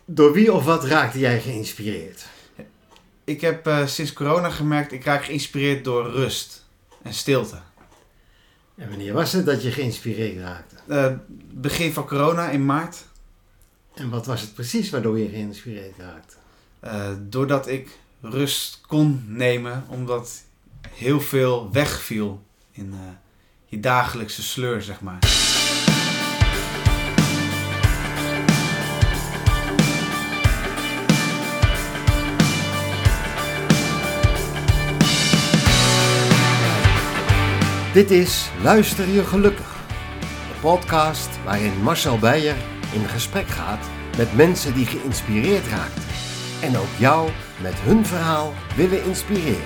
Door wie of wat raakte jij geïnspireerd? Ik heb sinds corona gemerkt, ik raak geïnspireerd door rust en stilte. En wanneer was het dat je geïnspireerd raakte? Begin van corona, in maart. En wat was het precies waardoor je geïnspireerd raakte? Doordat ik rust kon nemen, omdat heel veel wegviel in je dagelijkse sleur, zeg maar. Dit is Luister je gelukkig. De podcast waarin Marcel Beijer in gesprek gaat met mensen die geïnspireerd raakten. En ook jou met hun verhaal willen inspireren.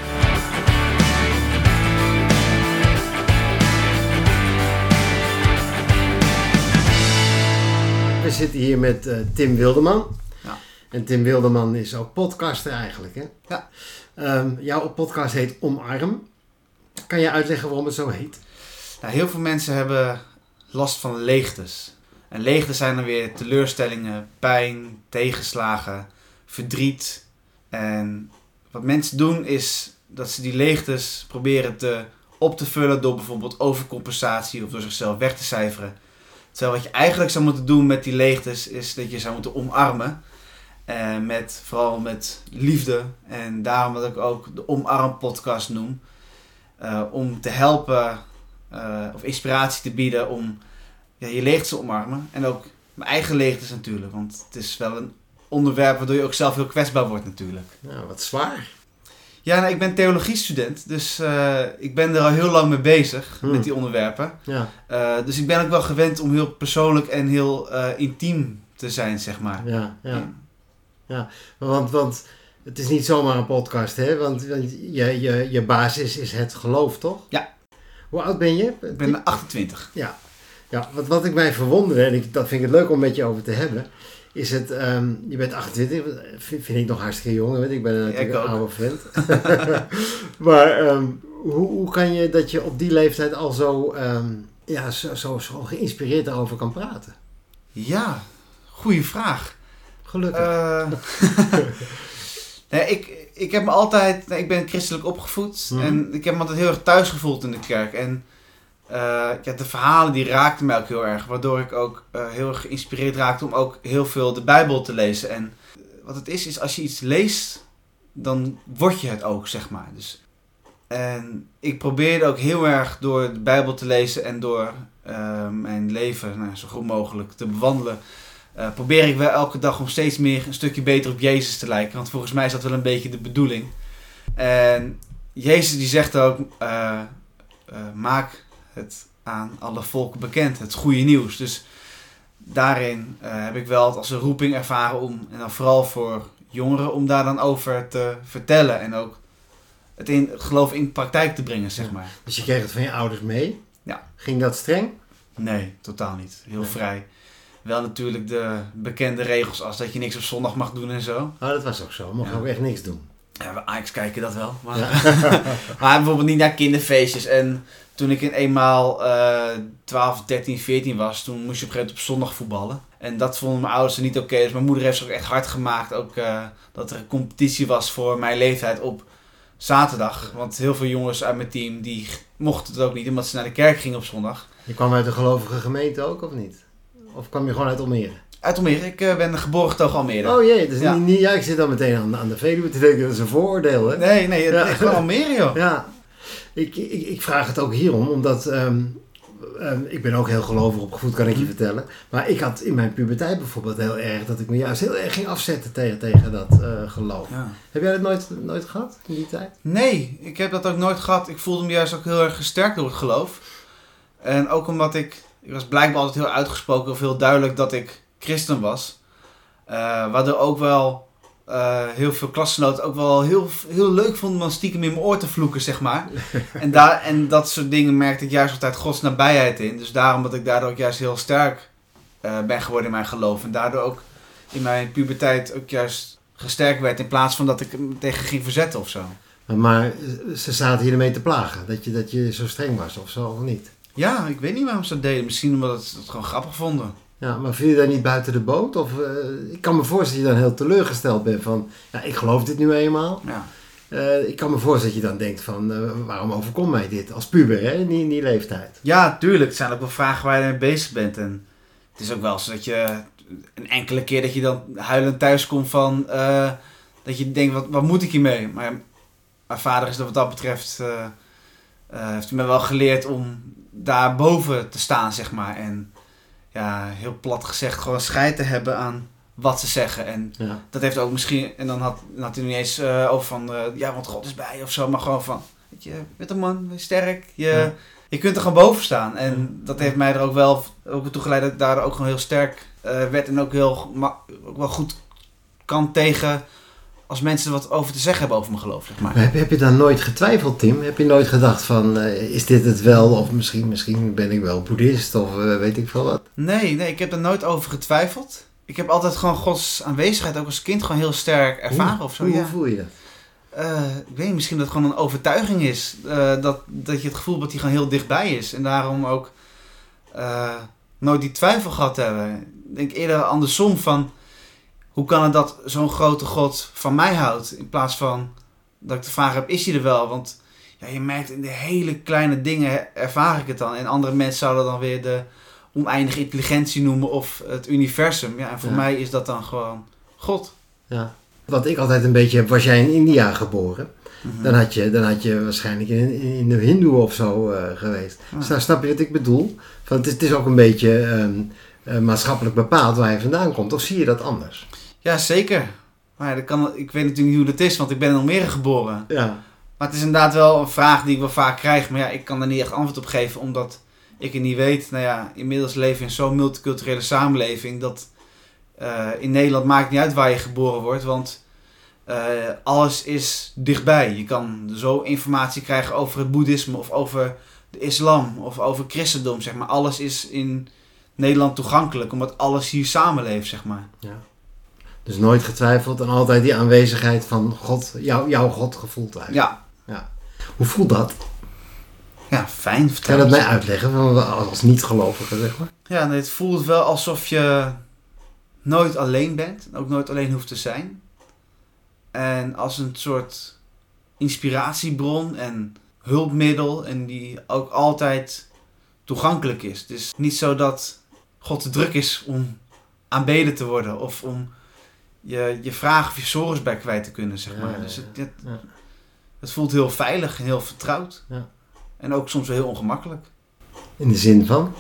We zitten hier met Tim Wilderman. Ja. En Tim Wilderman is ook podcaster eigenlijk, hè? Ja. Jouw podcast heet Omarm. Kan je uitleggen waarom het zo heet? Nou, heel veel mensen hebben last van leegtes. En leegtes zijn dan weer teleurstellingen, pijn, tegenslagen, verdriet. En wat mensen doen is dat ze die leegtes proberen op te vullen door bijvoorbeeld overcompensatie of door zichzelf weg te cijferen. Terwijl wat je eigenlijk zou moeten doen met die leegtes is dat je zou moeten omarmen. Vooral met liefde. En daarom dat ik ook de Omarm podcast noem. Om te helpen of inspiratie te bieden om je leegtes te omarmen. En ook mijn eigen leegtes natuurlijk. Want het is wel een onderwerp waardoor je ook zelf heel kwetsbaar wordt natuurlijk. Nou, wat zwaar. Ja, ik ben theologiestudent. Dus ik ben er al heel lang mee bezig met die onderwerpen. Ja. Dus ik ben ook wel gewend om heel persoonlijk en heel intiem te zijn, zeg maar. Ja. Want het is niet zomaar een podcast, hè? Want je basis is het geloof, toch? Ja. Hoe oud ben je? Ik ben 28. Ja. Wat ik mij verwonderde, en dat vind ik het leuk om met je over te hebben, is het, je bent 28, vind ik nog hartstikke jong, weet ik ben natuurlijk een oude vent. Maar hoe kan je dat je op die leeftijd al zo geïnspireerd daarover kan praten? Ja, goede vraag. Gelukkig. Ik heb me altijd, ik ben christelijk opgevoed en ik heb me altijd heel erg thuis gevoeld in de kerk. En de verhalen die raakten mij ook heel erg, waardoor ik ook heel erg geïnspireerd raakte om ook heel veel de Bijbel te lezen. En wat het is als je iets leest, dan word je het ook, zeg maar. En ik probeerde ook heel erg door de Bijbel te lezen en door mijn leven zo goed mogelijk te bewandelen. Probeer ik wel elke dag om steeds meer een stukje beter op Jezus te lijken. Want volgens mij is dat wel een beetje de bedoeling. En Jezus die zegt ook, maak het aan alle volken bekend, het goede nieuws. Dus daarin heb ik wel het als een roeping ervaren om, en dan vooral voor jongeren, om daar dan over te vertellen. En ook het geloof in praktijk te brengen, zeg maar. Dus je kreeg het van je ouders mee? Ja. Ging dat streng? Nee, totaal niet. Heel vrij. Wel natuurlijk de bekende regels als dat je niks op zondag mag doen en zo. Oh, dat was ook zo. Mocht ook echt niks doen. Ja, bij Ajax kijken dat wel. Maar, maar bijvoorbeeld niet naar kinderfeestjes. En toen ik eenmaal 12, 13, 14 was, toen moest je op een gegeven moment op zondag voetballen. En dat vonden mijn ouders niet oké. Dus mijn moeder heeft zich ook echt hard gemaakt. Ook dat er een competitie was voor mijn leeftijd op zaterdag. Want heel veel jongens uit mijn team die mochten het ook niet, omdat ze naar de kerk gingen op zondag. Je kwam uit een gelovige gemeente ook, of niet? Of kwam je gewoon uit Almere? Uit Almere. Ik ben geboren getogen Almere. Oh jee, dus ik zit dan meteen aan de Veluwe te denken, dat is een vooroordeel, hè? Nee, het is gewoon Almere, joh. Ja, ik vraag het ook hierom, omdat ik ben ook heel gelovig opgevoed, kan ik je vertellen. Maar ik had in mijn puberteit bijvoorbeeld heel erg, dat ik me juist heel erg ging afzetten tegen dat geloof. Ja. Heb jij dat nooit gehad in die tijd? Nee, ik heb dat ook nooit gehad. Ik voelde me juist ook heel erg gesterkt door het geloof. En ook omdat ik was blijkbaar altijd heel uitgesproken of heel duidelijk dat ik christen was. Waardoor ook wel heel veel klasgenoten ook wel heel leuk vonden om stiekem in mijn oor te vloeken, zeg maar. En dat soort dingen merkte ik juist altijd Gods nabijheid in. Dus daarom dat ik daardoor ook juist heel sterk ben geworden in mijn geloof. En daardoor ook in mijn puberteit ook juist gesterkt werd in plaats van dat ik me tegen ging verzetten of zo. Maar ze zaten hier ermee te plagen, dat je zo streng was of zo, of niet? Ja, ik weet niet waarom ze dat deden. Misschien omdat ze het gewoon grappig vonden. Ja, maar viel je daar niet buiten de boot? Of, ik kan me voorstellen dat je dan heel teleurgesteld bent van... Ja, ik geloof dit nu eenmaal. Ja. Ik kan me voorstellen dat je dan denkt van... waarom overkomt mij dit? Als puber, hè? In die leeftijd. Ja, tuurlijk. Het zijn ook wel vragen waar je mee bezig bent. En het is ook wel zo dat je... Een enkele keer dat je dan huilend thuis komt van... dat je denkt, wat moet ik hiermee? Maar mijn vader is wat dat betreft... heeft me wel geleerd om daar boven te staan, zeg maar. En ja, heel plat gezegd, gewoon scheid te hebben aan wat ze zeggen. En dat heeft ook misschien... En dan had hij niet eens over van... ja, want God is bij je of zo. Maar gewoon van... Weet je bent een man, wees sterk. Je kunt er gewoon boven staan. En dat heeft mij er ook wel toe geleid dat ik daar ook gewoon heel sterk werd. En ook ook wel goed kan tegen... Als mensen er wat over te zeggen hebben over mijn geloof, zeg maar. Heb je dan nooit getwijfeld, Tim? Heb je nooit gedacht van, is dit het wel? Of misschien ben ik wel boeddhist of weet ik veel wat. Nee, ik heb er nooit over getwijfeld. Ik heb altijd gewoon Gods aanwezigheid ook als kind gewoon heel sterk ervaren of zo. Hoe voel je dat? Ik weet niet, misschien dat het gewoon een overtuiging is. Dat je het gevoel hebt dat hij gewoon heel dichtbij is. En daarom ook nooit die twijfel gehad hebben. Ik denk eerder andersom van... Hoe kan het dat zo'n grote God van mij houdt? In plaats van dat ik de vraag heb, is hij er wel? Want ja, je merkt in de hele kleine dingen ervaar ik het dan. En andere mensen zouden dan weer de oneindige intelligentie noemen of het universum. Ja, en voor mij is dat dan gewoon God. Ja. Wat ik altijd een beetje heb, was jij in India geboren? Mm-hmm. Dan had je waarschijnlijk in de Hindoe of zo geweest. Dus nou, snap je wat ik bedoel? Want het is ook een beetje maatschappelijk bepaald waar je vandaan komt. Of zie je dat anders? Ja, zeker. Maar ik weet natuurlijk niet hoe dat is, want ik ben in Almere geboren. Ja. Maar het is inderdaad wel een vraag die ik wel vaak krijg. Maar ja, ik kan er niet echt antwoord op geven, omdat ik het niet weet. Nou ja, inmiddels leven we in zo'n multiculturele samenleving dat in Nederland maakt niet uit waar je geboren wordt. Want alles is dichtbij. Je kan zo informatie krijgen over het boeddhisme of over de islam of over christendom, zeg maar. Alles is in Nederland toegankelijk, omdat alles hier samenleeft, zeg maar. Ja. Dus nooit getwijfeld en altijd die aanwezigheid van God, jouw God gevoeld eigenlijk. Ja. Hoe voelt dat? Ja, fijn. Kan je dat mij uitleggen, als niet-gelovige, zeg maar? Ja, nee, het voelt wel alsof je nooit alleen bent. En ook nooit alleen hoeft te zijn. En als een soort inspiratiebron en hulpmiddel. En die ook altijd toegankelijk is. Het is niet zo dat God te druk is om aanbeden te worden. Of om je vraag of je zorgen bij kwijt te kunnen, zeg maar. Dus het voelt heel veilig en heel vertrouwd. Ja. En ook soms wel heel ongemakkelijk. In de zin van?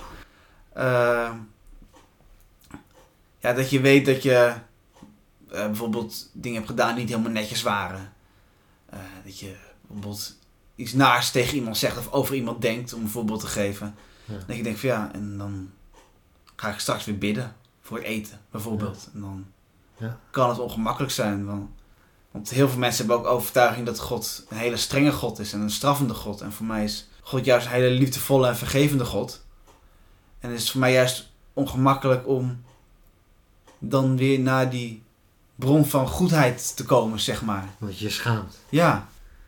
Dat je weet dat je bijvoorbeeld dingen hebt gedaan die niet helemaal netjes waren. Dat je bijvoorbeeld iets naars tegen iemand zegt of over iemand denkt, om een voorbeeld te geven. Ja. Dat je denkt van en dan ga ik straks weer bidden voor het eten, bijvoorbeeld. Ja. En dan kan het ongemakkelijk zijn. Want heel veel mensen hebben ook overtuiging dat God een hele strenge God is en een straffende God. En voor mij is God juist een hele liefdevolle en vergevende God. En het is voor mij juist ongemakkelijk om dan weer naar die bron van goedheid te komen, zeg maar. Want je schaamt. Ja.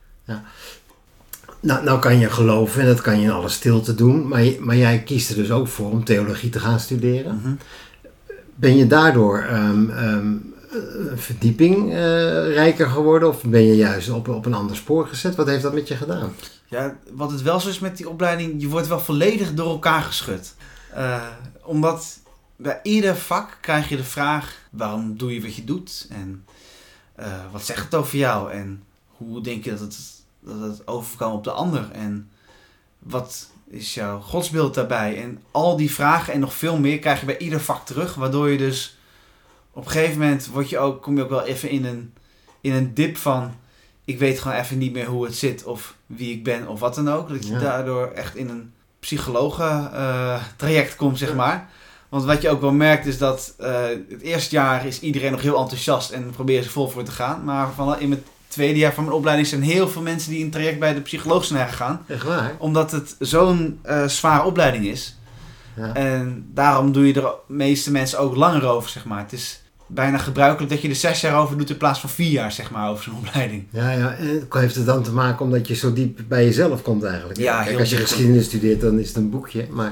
Nou kan je geloven en dat kan je in alle stilte doen. Maar jij kiest er dus ook voor om theologie te gaan studeren. Mm-hmm. Ben je daardoor verdieping rijker geworden? Of ben je juist op een ander spoor gezet? Wat heeft dat met je gedaan? Ja, wat het wel zo is met die opleiding, je wordt wel volledig door elkaar geschud. Omdat bij ieder vak krijg je de vraag, waarom doe je wat je doet? En wat zegt het over jou? En hoe denk je dat het overkomt op de ander? En wat is jouw godsbeeld daarbij? En al die vragen en nog veel meer krijg je bij ieder vak terug. Waardoor je dus op een gegeven moment kom je ook wel even in een dip van, ik weet gewoon even niet meer hoe het zit of wie ik ben of wat dan ook. Dat je daardoor echt in een psychologen traject komt, zeg maar. Want wat je ook wel merkt is dat het eerste jaar is iedereen nog heel enthousiast en probeert er vol voor te gaan. Maar in het tweede jaar van mijn opleiding zijn heel veel mensen die in het traject bij de psycholoog zijn gegaan. Echt waar? Omdat het zo'n zware opleiding is. Ja. En daarom doe je er de meeste mensen ook langer over, zeg maar. Het is bijna gebruikelijk dat je er 6 jaar over doet in plaats van 4 jaar, zeg maar, over zo'n opleiding. Ja, en heeft het dan te maken omdat je zo diep bij jezelf komt eigenlijk? Ja, kijk, als je geschiedenis studeert, dan is het een boekje.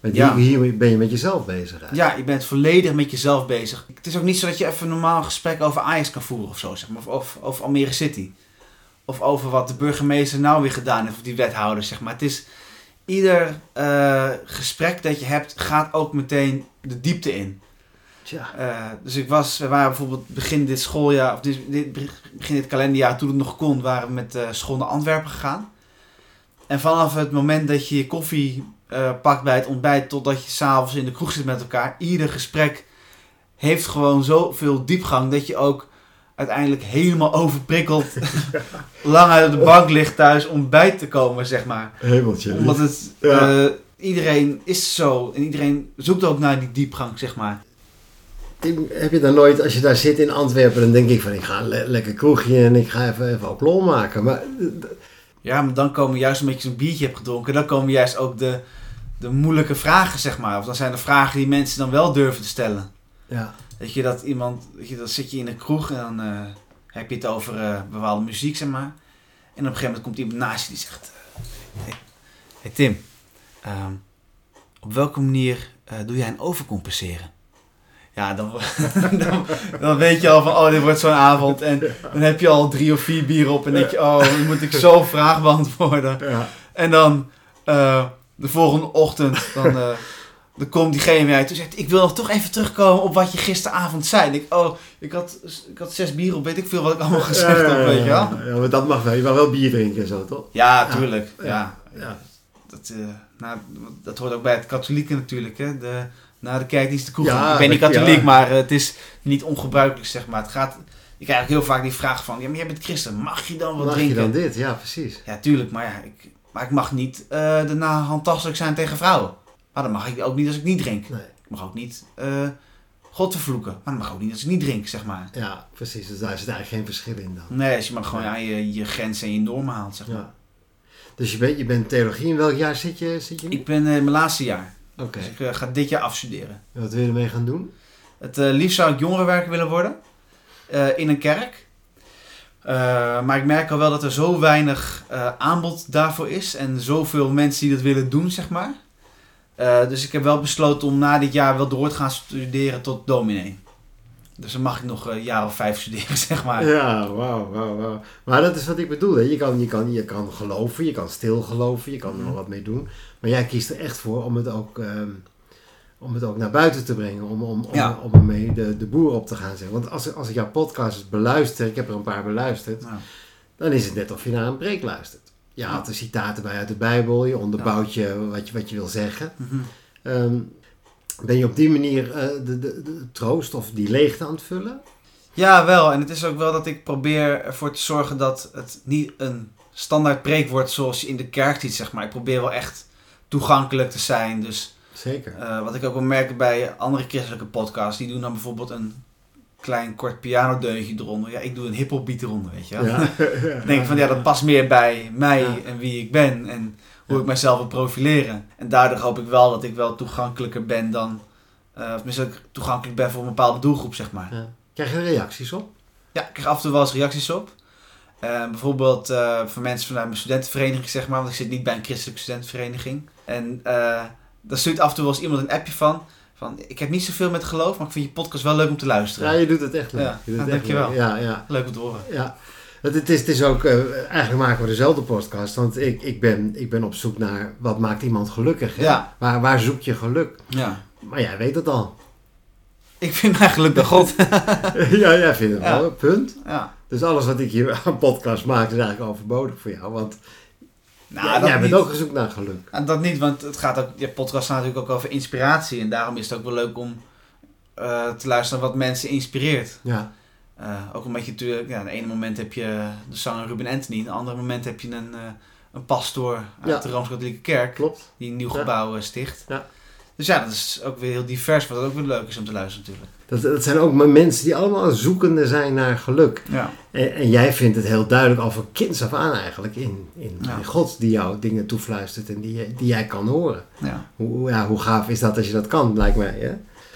Want Ja. hier ben je met jezelf bezig eigenlijk. Ja, je bent volledig met jezelf bezig. Het is ook niet zo dat je even een normaal gesprek over Ajax kan voeren of zo, zeg maar. Of over Almere City. Of over wat de burgemeester nou weer gedaan heeft, of die wethouder, zeg maar. Het is ieder gesprek dat je hebt, gaat ook meteen de diepte in. Tja. Dus we waren bijvoorbeeld begin dit schooljaar, of begin dit kalenderjaar, toen het nog kon, waren we met school naar Antwerpen gegaan. En vanaf het moment dat je je koffie pakt bij het ontbijt, totdat je s'avonds in de kroeg zit met elkaar, ieder gesprek heeft gewoon zoveel diepgang, dat je ook uiteindelijk helemaal overprikkeld lang uit de bank ligt thuis om bij te komen, zeg maar. Hemeltje. Omdat het, iedereen is zo en iedereen zoekt ook naar die diepgang, zeg maar. Heb je dan nooit, als je daar zit in Antwerpen, dan denk ik van ik ga een lekker kroegje en ik ga even ook lol maken. Maar Ja, maar dan komen juist omdat je zo'n biertje hebt gedronken, dan komen juist ook de moeilijke vragen, zeg maar. Of dan zijn er vragen die mensen dan wel durven te stellen. ja. Weet je, dan zit je in een kroeg en dan heb je het over bepaalde muziek, zeg maar. En op een gegeven moment komt iemand naast je die zegt... Hey Tim, op welke manier doe jij een overcompenseren? Ja, dan weet je al van, oh, dit wordt zo'n avond. En dan heb je al 3 of 4 bieren op en denk je, oh, nu moet ik zo'n vraag beantwoorden. Ja. En dan de volgende ochtend, dan komt diegene weer uit en zegt, ik wil nog toch even terugkomen op wat je gisteravond zei. En ik had 6 bieren op, weet ik veel wat ik allemaal gezegd heb, weet je wel. Ja, maar dat mag wel. Je mag wel bier drinken en zo, toch? Ja, tuurlijk. Ja. Ja. Dat hoort ook bij het katholieke natuurlijk, hè. Na de kerkdienst de kroeg. Ja, Ik ben niet katholiek, ja. maar het is niet ongebruikelijk, zeg maar. Ik krijg ook heel vaak die vraag van, ja, maar jij bent christen, mag je dan wat Mag drinken? je dan dit? Ja, precies. Ja, tuurlijk, maar ja, ik mag niet daarna handtastelijk zijn tegen vrouwen. Maar dat mag ik ook niet als ik niet drink. Nee. Ik mag ook niet God vervloeken, maar dat mag ook niet als ik niet drink, zeg maar. Ja, precies. Dus daar zit eigenlijk geen verschil in dan. Nee, dus je mag gewoon aan je grenzen en je normen haalt, zeg maar. Ja. Dus je bent theologie. In welk jaar zit je nu? Ik ben in mijn laatste jaar, Oké. dus ik ga dit jaar afstuderen. Wat wil je ermee gaan doen? Het liefst zou ik jongerenwerker willen worden in een kerk. Maar ik merk al wel dat er zo weinig aanbod daarvoor is en zoveel mensen die dat willen doen, zeg maar. Dus ik heb wel besloten om na dit jaar wel door te gaan studeren tot dominee. Dus dan mag ik nog een jaar of 5 studeren, zeg maar. Ja, wauw. Maar dat is wat ik bedoel. Hè. Je kan geloven, je kan stil geloven, je kan er nog wat mee doen. Maar jij kiest er echt voor om het ook naar buiten te brengen. Om ermee de boer op te gaan zeggen. Want als ik jouw podcast beluister, ik heb er een paar beluisterd, Ja. dan is het net of je naar een preek luistert. Je haalt er citaten bij uit de Bijbel, je onderbouwt je wat je wil zeggen. Mm-hmm. Ben je op die manier de troost of die leegte aan het vullen? Ja, wel. En het is ook wel dat ik probeer ervoor te zorgen dat het niet een standaard preek wordt zoals je in de kerk ziet, zeg maar. Ik probeer wel echt toegankelijk te zijn. Dus Zeker. wat ik ook wel merk bij andere christelijke podcasts, die doen dan bijvoorbeeld een klein kort pianodeuntje eronder. Ja, ik doe een hiphop beat eronder, weet je wel. Ja. Ik denk van, ja, dat past meer bij mij Ja. en wie ik ben en hoe ik mijzelf wil profileren. En daardoor hoop ik wel dat ik wel toegankelijker ben dan, of tenminste dat ik toegankelijk ben voor een bepaalde doelgroep, zeg maar. Ja. Krijg je er reacties op? Ja, ik krijg af en toe wel eens reacties op. Bijvoorbeeld van mensen vanuit mijn studentenvereniging, zeg maar, want ik zit niet bij een christelijke studentenvereniging. En daar stuurt af en toe wel eens iemand een appje van ik heb niet zoveel met geloof, maar ik vind je podcast wel leuk om te luisteren. Ja, je doet het echt leuk. Ja, Je doet het echt dankjewel. leuk. Ja. Leuk om te horen. Ja. Het is ook, eigenlijk maken we dezelfde podcast, want ik ben op zoek naar wat maakt iemand gelukkig. Hè? Ja. Waar zoek je geluk? Ja. Maar jij weet het al. Ik vind mijn geluk bij God. Ja, jij vindt het Ja. wel, punt. Ja. Dus alles wat ik hier aan podcast maak is eigenlijk overbodig voor jou, want Nou, jij bent niet. ook op zoek naar geluk. Dat niet, want het gaat ook, je podcast gaat natuurlijk ook over inspiratie. En daarom is het ook wel leuk om te luisteren naar wat mensen inspireert. Ja, Ook omdat je natuurlijk, ja, in het ene moment heb je de zanger Ruben Anthony. In het andere moment heb je een pastoor uit Ja. de Rooms-Katholieke Kerk. klopt. Die een nieuw Ja. gebouw sticht. Ja. Dus ja, dat is ook weer heel divers. Wat ook weer leuk is om te luisteren natuurlijk. Dat zijn ook maar mensen die allemaal zoekende zijn naar geluk. Ja. En jij vindt het heel duidelijk al van kinds af aan eigenlijk in Ja. God die jou dingen toefluistert en die jij kan horen. Ja. Hoe gaaf is dat als je dat kan, lijkt mij. Hè?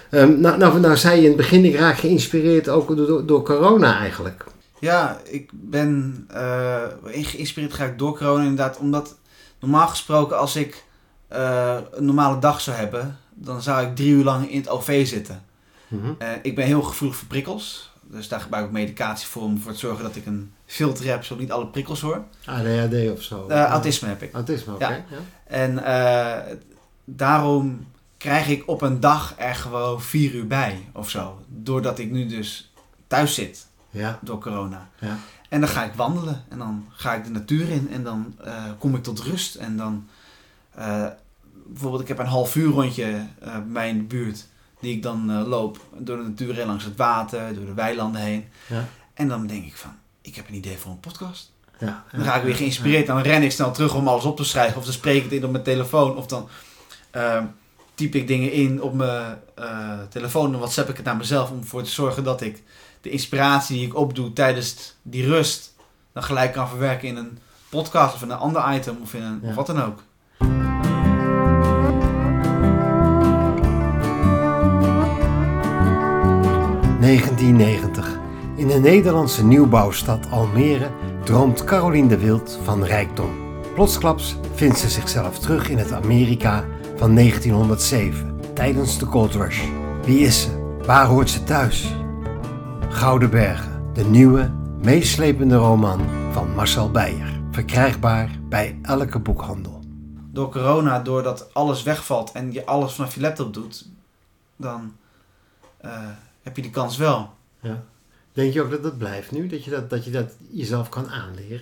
Nou zei je in het begin, ik raak geïnspireerd ook door corona eigenlijk. Ja, ik ben geïnspireerd geraakt door corona inderdaad. Omdat normaal gesproken als ik een normale dag zou hebben, dan zou ik 3 uur lang in het OV zitten. Mhm. Ik ben heel gevoelig voor prikkels. Dus daar gebruik ik medicatie voor om ervoor te zorgen dat ik een filter heb, zodat ik niet alle prikkels hoor. ADHD of zo? Autisme heb ik. Autisme, oké. Ja. Ja. En daarom krijg ik op een dag er gewoon 4 uur bij of zo. Doordat ik nu dus thuis zit Ja. door corona. Ja. En dan ga ik wandelen en dan ga ik de natuur in en dan kom ik tot rust. En dan bijvoorbeeld ik heb een half uur rondje bij mij in de buurt die ik dan loop door de natuur heen, langs het water, door de weilanden heen. Ja. En dan denk ik van, ik heb een idee voor een podcast. Ja. Dan ga ik weer geïnspireerd en dan ren ik snel terug om alles op te schrijven. Of dan spreek ik het in op mijn telefoon. Of dan typ ik dingen in op mijn telefoon. Dan WhatsApp ik het naar mezelf om ervoor te zorgen dat ik de inspiratie die ik opdoe tijdens die rust dan gelijk kan verwerken in een podcast of in een ander item of in een of wat dan ook. ...1990. In de Nederlandse nieuwbouwstad Almere droomt Carolien de Wild van rijkdom. Plotsklaps vindt ze zichzelf terug in het Amerika van 1907, tijdens de Gold Rush. Wie is ze? Waar hoort ze thuis? Gouden Bergen, de nieuwe, meeslepende roman van Marcel Beijer. Verkrijgbaar bij elke boekhandel. Door corona, doordat alles wegvalt en je alles vanaf je laptop doet, dan heb je die kans wel. Ja. Denk je ook dat dat blijft nu? Dat je dat jezelf kan aanleren?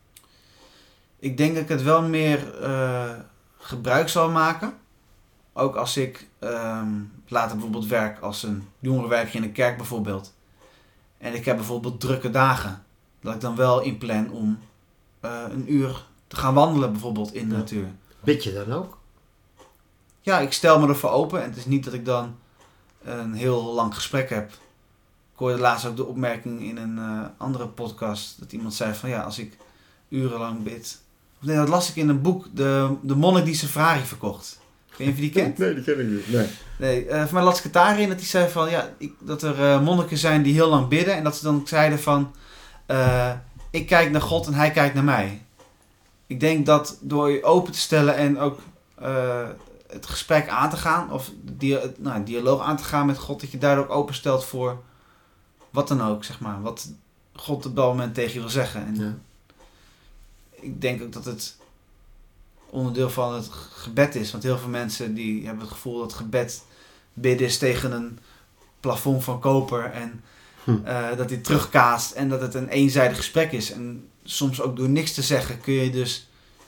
Ik denk dat ik het wel meer gebruik zal maken. Ook als ik later bijvoorbeeld werk als een jongerenwerker in een kerk bijvoorbeeld. En ik heb bijvoorbeeld drukke dagen. Dat ik dan wel inplan om een uur te gaan wandelen bijvoorbeeld in de natuur. Bid je dan ook? Ja, ik stel me ervoor open. En het is niet dat ik dan een heel lang gesprek heb. Ik hoorde laatst ook de opmerking in een andere podcast. Dat iemand zei van ja, als ik urenlang bid. Of nee, dat las ik in een boek. De monnik die zijn Ferrari verkocht. Ik weet niet of je die kent. Nee, die ken ik niet. Nee. Voor mij las ik het daarin dat hij zei van ja, dat er monniken zijn die heel lang bidden. En dat ze dan zeiden van ik kijk naar God en hij kijkt naar mij. Ik denk dat door je open te stellen en ook het gesprek aan te gaan. Of een dialoog aan te gaan met God. Dat je daardoor ook openstelt voor wat dan ook, zeg maar. Wat God op dat moment tegen je wil zeggen. En Ja. ik denk ook dat het onderdeel van het gebed is. Want heel veel mensen die hebben het gevoel dat gebed bidden is tegen een plafond van koper. En dat hij terugkaast en dat het een eenzijdig gesprek is. En soms ook door niks te zeggen kun je dus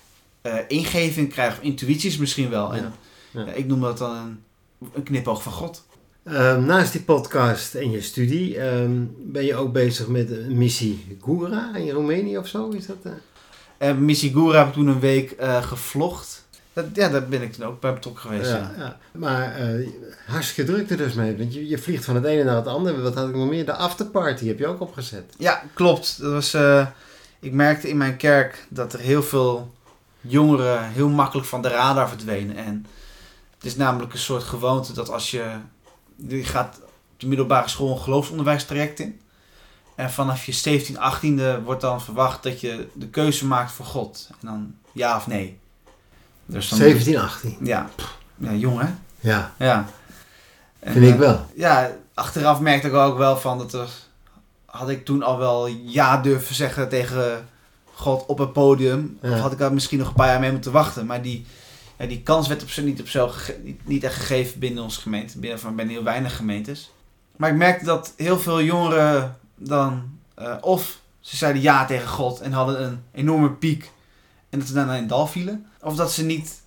ingeving krijgen. Of intuïties misschien wel. Ja. En Ja. ik noem dat dan een knipoog van God. Naast die podcast en je studie ben je ook bezig met Missie Gura in Roemenië of zo? Is dat? Missie Gura heb ik toen een week gevlogd. Daar ben ik toen ook bij betrokken geweest. Ja. Maar hartstikke druk er dus mee. Want je vliegt van het ene naar het andere. Wat had ik nog meer? De afterparty heb je ook opgezet. Ja, klopt. Dat was, ik merkte in mijn kerk dat er heel veel jongeren heel makkelijk van de radar verdwenen. En het is namelijk een soort gewoonte dat als je gaat op de middelbare school een geloofsonderwijstraject in. En vanaf je 17, 18e wordt dan verwacht dat je de keuze maakt voor God. En dan ja of nee. Dus dan 17, 18. Ja, jong hè? Ja, Ja. En, vind ik wel. Ja, achteraf merkte ik ook wel van dat had ik toen al wel ja durven zeggen tegen God op het podium. Ja. Of had ik daar misschien nog een paar jaar mee moeten wachten. Maar die kans werd niet echt gegeven binnen onze gemeente. Binnen heel weinig gemeentes. Maar ik merkte dat heel veel jongeren dan of ze zeiden ja tegen God en hadden een enorme piek. En dat ze daarna in het dal vielen. Of dat ze niet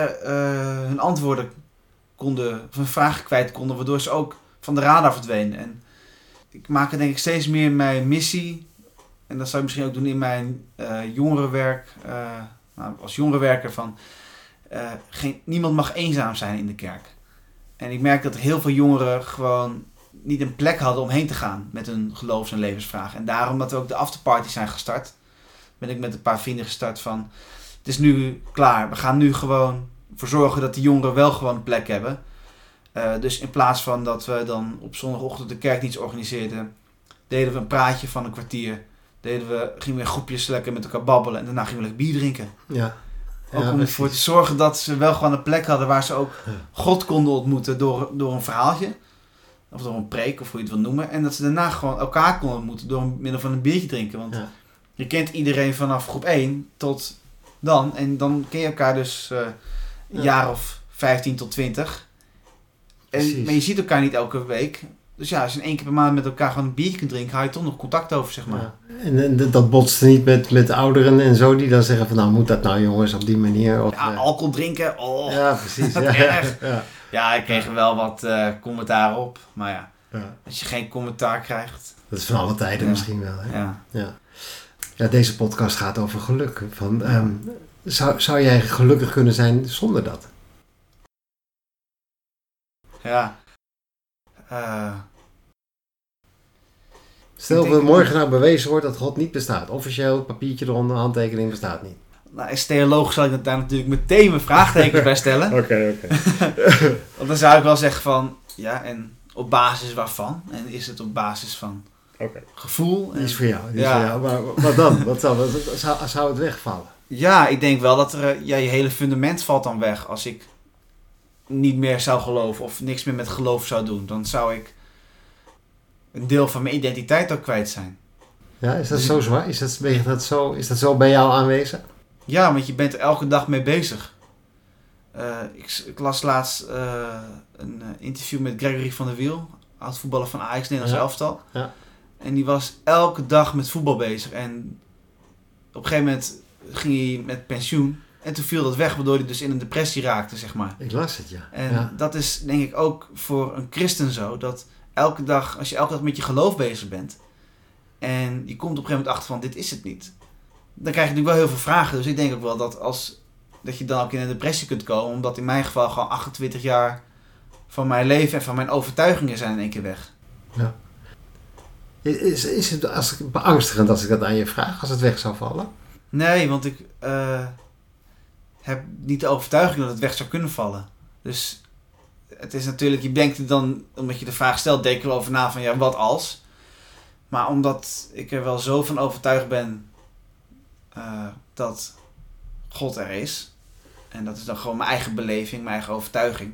hun antwoorden konden, of hun vragen kwijt konden, waardoor ze ook van de radar verdwenen. En ik maak het denk ik steeds meer mijn missie. En dat zou ik misschien ook doen in mijn jongerenwerk. Als jongerenwerker van niemand mag eenzaam zijn in de kerk. En ik merk dat er heel veel jongeren gewoon niet een plek hadden om heen te gaan met hun geloofs- en levensvragen. En daarom dat we ook de afterparty zijn gestart, ben ik met een paar vrienden gestart van het is nu klaar. We gaan nu gewoon voor zorgen dat de jongeren wel gewoon een plek hebben. Dus in plaats van dat we dan op zondagochtend de kerkdienst organiseerden, deden we een praatje van een kwartier. Gingen we in groepjes lekker met elkaar babbelen en daarna gingen we lekker bier drinken. Ja. Ook om ervoor te zorgen dat ze wel gewoon een plek hadden waar ze ook God konden ontmoeten door een verhaaltje. Of door een preek, of hoe je het wil noemen. En dat ze daarna gewoon elkaar konden ontmoeten door middel van een biertje drinken. Want je kent iedereen vanaf groep 1 tot dan. En dan ken je elkaar dus een jaar of 15 tot 20. Maar je ziet elkaar niet elke week. Dus ja, als je 1 keer per maand met elkaar gewoon een biertje kunt drinken, hou je toch nog contact over, zeg maar. Ja. En dat botste niet met ouderen en zo die dan zeggen van nou moet dat nou jongens op die manier? Of, alcohol drinken, ja, precies. Erg. Ja, ik kreeg er wel wat commentaar op. Maar als je geen commentaar krijgt... Dat is van alle tijden misschien wel. Hè? Ja, deze podcast gaat over geluk. Zou jij gelukkig kunnen zijn zonder dat? Ja. Stel dat morgen nou bewezen wordt dat God niet bestaat. Officieel, papiertje eronder, handtekening bestaat niet. Nou, als theoloog zal ik daar natuurlijk meteen mijn vraagtekens bij stellen. Oké. Want dan zou ik wel zeggen van... Ja, en op basis waarvan? En is het op basis van gevoel? Die is voor jou. Maar wat dan? Wat zou het wegvallen? Ja, ik denk wel dat je hele fundament valt dan weg. Als ik niet meer zou geloven of niks meer met geloof zou doen. Dan zou ik een deel van mijn identiteit ook kwijt zijn. Ja, is dat zo zwaar? Is dat zo bij jou aanwezig? Ja, want je bent er elke dag mee bezig. Ik las laatst een interview met Gregory van der Wiel, oud-voetballer van Ajax, Nederlands elftal. Ja. En die was elke dag met voetbal bezig. En op een gegeven moment ging hij met pensioen. En toen viel dat weg, waardoor hij dus in een depressie raakte, zeg maar. Ik las het, ja. En dat is denk ik ook voor een christen zo, dat elke dag, als je elke dag met je geloof bezig bent, en je komt op een gegeven moment achter van, dit is het niet. Dan krijg je natuurlijk wel heel veel vragen. Dus ik denk ook wel dat je dan ook in een depressie kunt komen. Omdat in mijn geval gewoon 28 jaar van mijn leven en van mijn overtuigingen zijn in één keer weg. Ja. Is het beangstigend als ik dat aan je vraag, als het weg zou vallen? Nee, want ik heb niet de overtuiging dat het weg zou kunnen vallen. Dus het is natuurlijk, je denkt er dan, omdat je de vraag stelt, denk je er over na van ja, wat als? Maar omdat ik er wel zo van overtuigd ben dat God er is. En dat is dan gewoon mijn eigen beleving, mijn eigen overtuiging.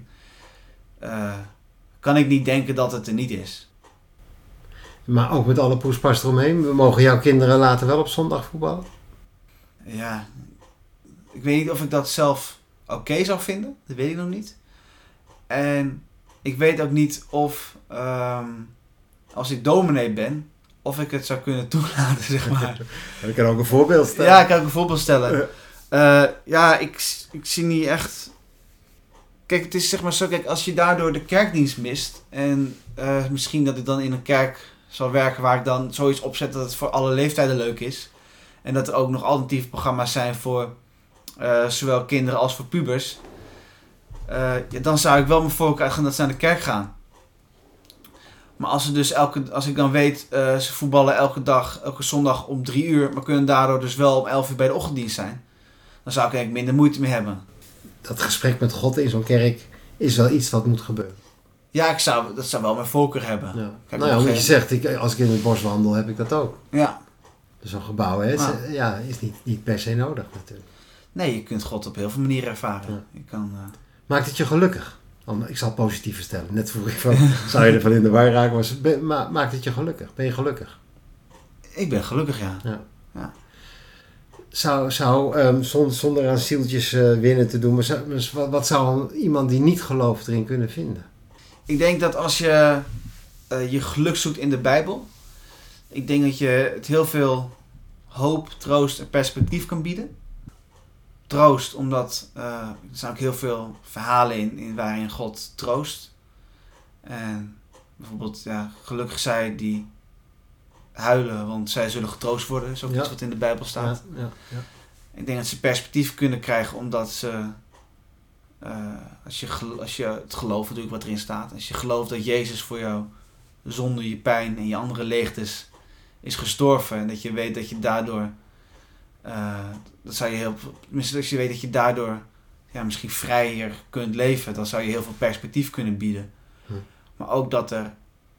Kan ik niet denken dat het er niet is. Maar ook met alle poespas eromheen. We mogen jouw kinderen later wel op zondag voetballen? Ja, ik weet niet of ik dat zelf oké zou vinden. Dat weet ik nog niet. En ik weet ook niet of als ik dominee ben, of ik het zou kunnen toelaten, zeg maar. Ik kan ook een voorbeeld stellen. Ja, ik kan ook een voorbeeld stellen. Ik zie niet echt... Kijk, het is zeg maar zo, als je daardoor de kerkdienst mist, en misschien dat ik dan in een kerk zal werken waar ik dan zoiets opzet dat het voor alle leeftijden leuk is. En dat er ook nog alternatieve programma's zijn voor zowel kinderen als voor pubers. Dan zou ik wel mijn voorkeur uitgaan dat ze naar de kerk gaan. Maar als ik dan weet, ze voetballen elke zondag om 3 uur, maar kunnen daardoor dus wel om 11 uur bij de ochtenddienst zijn. Dan zou ik eigenlijk minder moeite mee hebben. Dat gesprek met God in zo'n kerk is wel iets wat moet gebeuren. Ja, dat zou wel mijn voorkeur hebben. Ja. Omdat je zegt, als ik in het bos wandel, heb ik dat ook. Ja. Dus zo'n gebouw is niet per se nodig natuurlijk. Nee, je kunt God op heel veel manieren ervaren. Ja. Je kan, Maakt het je gelukkig? Ik zal het positief vertellen. Net vroeg ik van, zou je ervan in de war raken? Maar maakt het je gelukkig? Ben je gelukkig? Ik ben gelukkig, ja. Zonder aan zieltjes winnen te doen, maar wat zou iemand die niet gelooft erin kunnen vinden? Ik denk dat als je je geluk zoekt in de Bijbel, ik denk dat je het heel veel hoop, troost en perspectief kan bieden. Troost, omdat er zijn ook heel veel verhalen in waarin God troost. En bijvoorbeeld, gelukkig zij die huilen, want zij zullen getroost worden. Dat is ook iets wat in de Bijbel staat. Ja. Ik denk dat ze perspectief kunnen krijgen, omdat ze, als je het gelooft natuurlijk wat erin staat. Als je gelooft dat Jezus voor jou zonde, je pijn en je andere leegtes is gestorven. En dat je weet dat je daardoor, als je weet dat je daardoor misschien vrijer kunt leven, dan zou je heel veel perspectief kunnen bieden. Maar ook dat er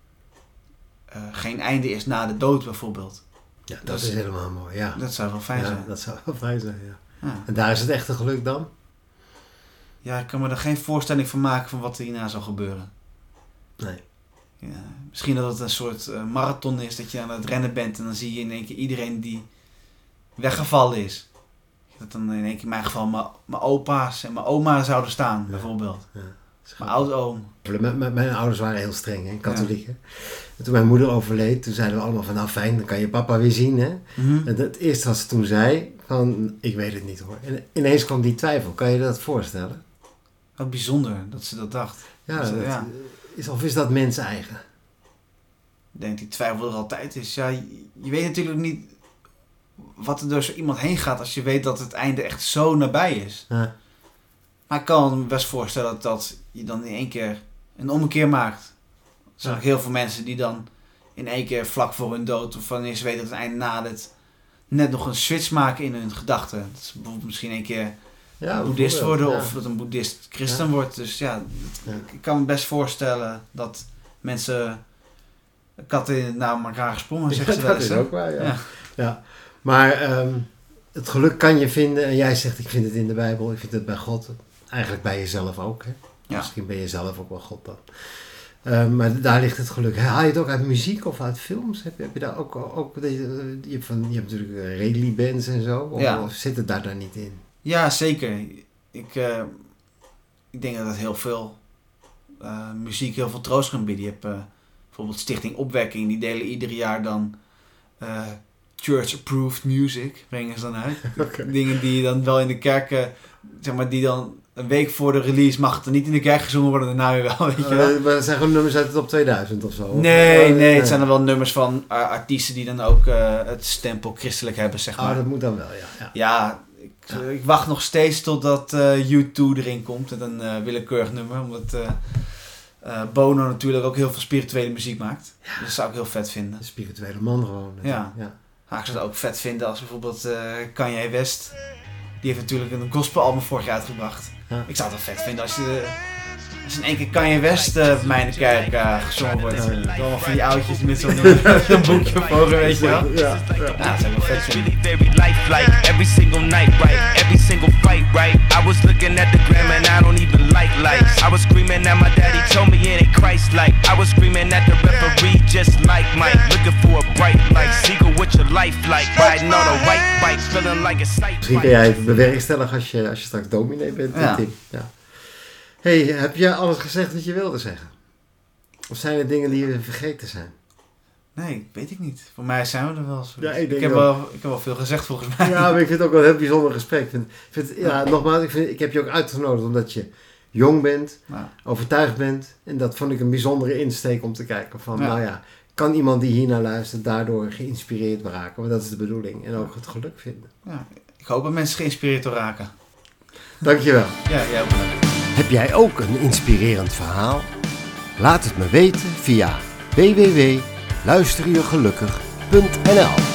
geen einde is na de dood bijvoorbeeld. Ja, dat is helemaal mooi, ja. Dat zou wel fijn zijn. Dat zou wel fijn zijn, Ja. En daar is het echte geluk dan? Ja, ik kan me er geen voorstelling van maken van wat er hierna zal gebeuren. Nee. Ja, misschien dat het een soort marathon is, dat je aan het rennen bent en dan zie je in één keer iedereen die weggevallen is. Dat dan in één keer in mijn geval mijn opa's en mijn oma zouden staan, bijvoorbeeld. Ja. Mijn oudoom. Mijn ouders waren heel streng, hè, katholieken. Ja. En toen mijn moeder overleed, toen zeiden we allemaal van, nou fijn, dan kan je papa weer zien. Hè? Mm-hmm. En het eerste wat ze toen zei, van, ik weet het niet hoor. En ineens kwam die twijfel, kan je dat voorstellen? Wat bijzonder dat ze dat dacht. Ja, dus, Of is dat mens eigen? Ik denk die twijfel er altijd is. Ja, je weet natuurlijk niet wat er door zo iemand heen gaat als je weet dat het einde echt zo nabij is. Ja. Maar ik kan me best voorstellen dat je dan in één keer een ommekeer maakt. Er zijn ook heel veel mensen die dan in één keer vlak voor hun dood of wanneer ze weten dat het einde nadert, net nog een switch maken in hun gedachten. Dat ze bijvoorbeeld misschien een keer boeddhist worden of dat een boeddhist christen wordt. Dus ik kan me best voorstellen dat mensen katten naar elkaar gesprongen, zegt ze wel eens. Dat is ook waar, ja. Maar het geluk kan je vinden, en jij zegt ik vind het in de Bijbel, ik vind het bij God, eigenlijk bij jezelf ook. Hè? Ja. Misschien ben je zelf ook wel God dan. Maar daar ligt het geluk. Haal je het ook uit muziek of uit films? Heb je daar ook je hebt natuurlijk rally bands en zo, of zit het daar dan niet in? Ja, zeker. Ik denk dat het heel veel muziek heel veel troost kan bieden. Je hebt bijvoorbeeld Stichting Opwekking, die delen ieder jaar dan church-approved music, brengen ze dan uit. Okay. Dingen die dan wel in de kerk, zeg maar, die dan een week voor de release mag het er niet in de kerk gezongen worden, daarna weer wel, weet je wel. Maar dat zijn gewoon nummers uit de top 2000 of zo? Nee, het zijn dan wel nummers van artiesten die dan ook het stempel christelijk hebben, zeg maar. Dat moet dan wel, ja. Ik wacht nog steeds totdat U2 erin komt met een willekeurig nummer, omdat Bono natuurlijk ook heel veel spirituele muziek maakt. Ja. Dus dat zou ik heel vet vinden. Een spirituele man gewoon. Ja. Maar ik zou het ook vet vinden als bijvoorbeeld Kanye West. Die heeft natuurlijk een gospelalbum vorig jaar uitgebracht. Ja. Ik zou het wel vet vinden als in één keer Kanye West bij mij in de kerk gezongen wordt. Allemaal van die oudjes met zo'n boekje voor, weet je wel. Ja, dat zou ik wel vet vinden. Every single night, right? Every single fight, right? I was looking at the gram and I don't even like lights. I was screaming at my daddy, told me it ain't Christ-like. I was screaming at the referee, just like Mike. Looking for a bright light, seagull with your life like. Riding on a white bike, feeling like a sight. Misschien kan jij het bewerkstelligen als je straks dominee bent, Tim. Ja. Hey, heb je alles gezegd wat je wilde zeggen? Of zijn er dingen die vergeten zijn? Nee, weet ik niet. Voor mij zijn we er wel. Ja, ik heb wel veel gezegd volgens mij. Ja, maar ik vind het ook wel een heel bijzonder gesprek. Nogmaals, ik heb je ook uitgenodigd omdat je jong bent, overtuigd bent. En dat vond ik een bijzondere insteek om te kijken van, kan iemand die hiernaar luistert daardoor geïnspireerd raken? Want dat is de bedoeling. En ook het geluk vinden. Ja, ik hoop dat mensen geïnspireerd door raken. Dankjewel. Ja, jij ook bedankt. Heb jij ook een inspirerend verhaal? Laat het me weten via www.luisterjegelukkig.nl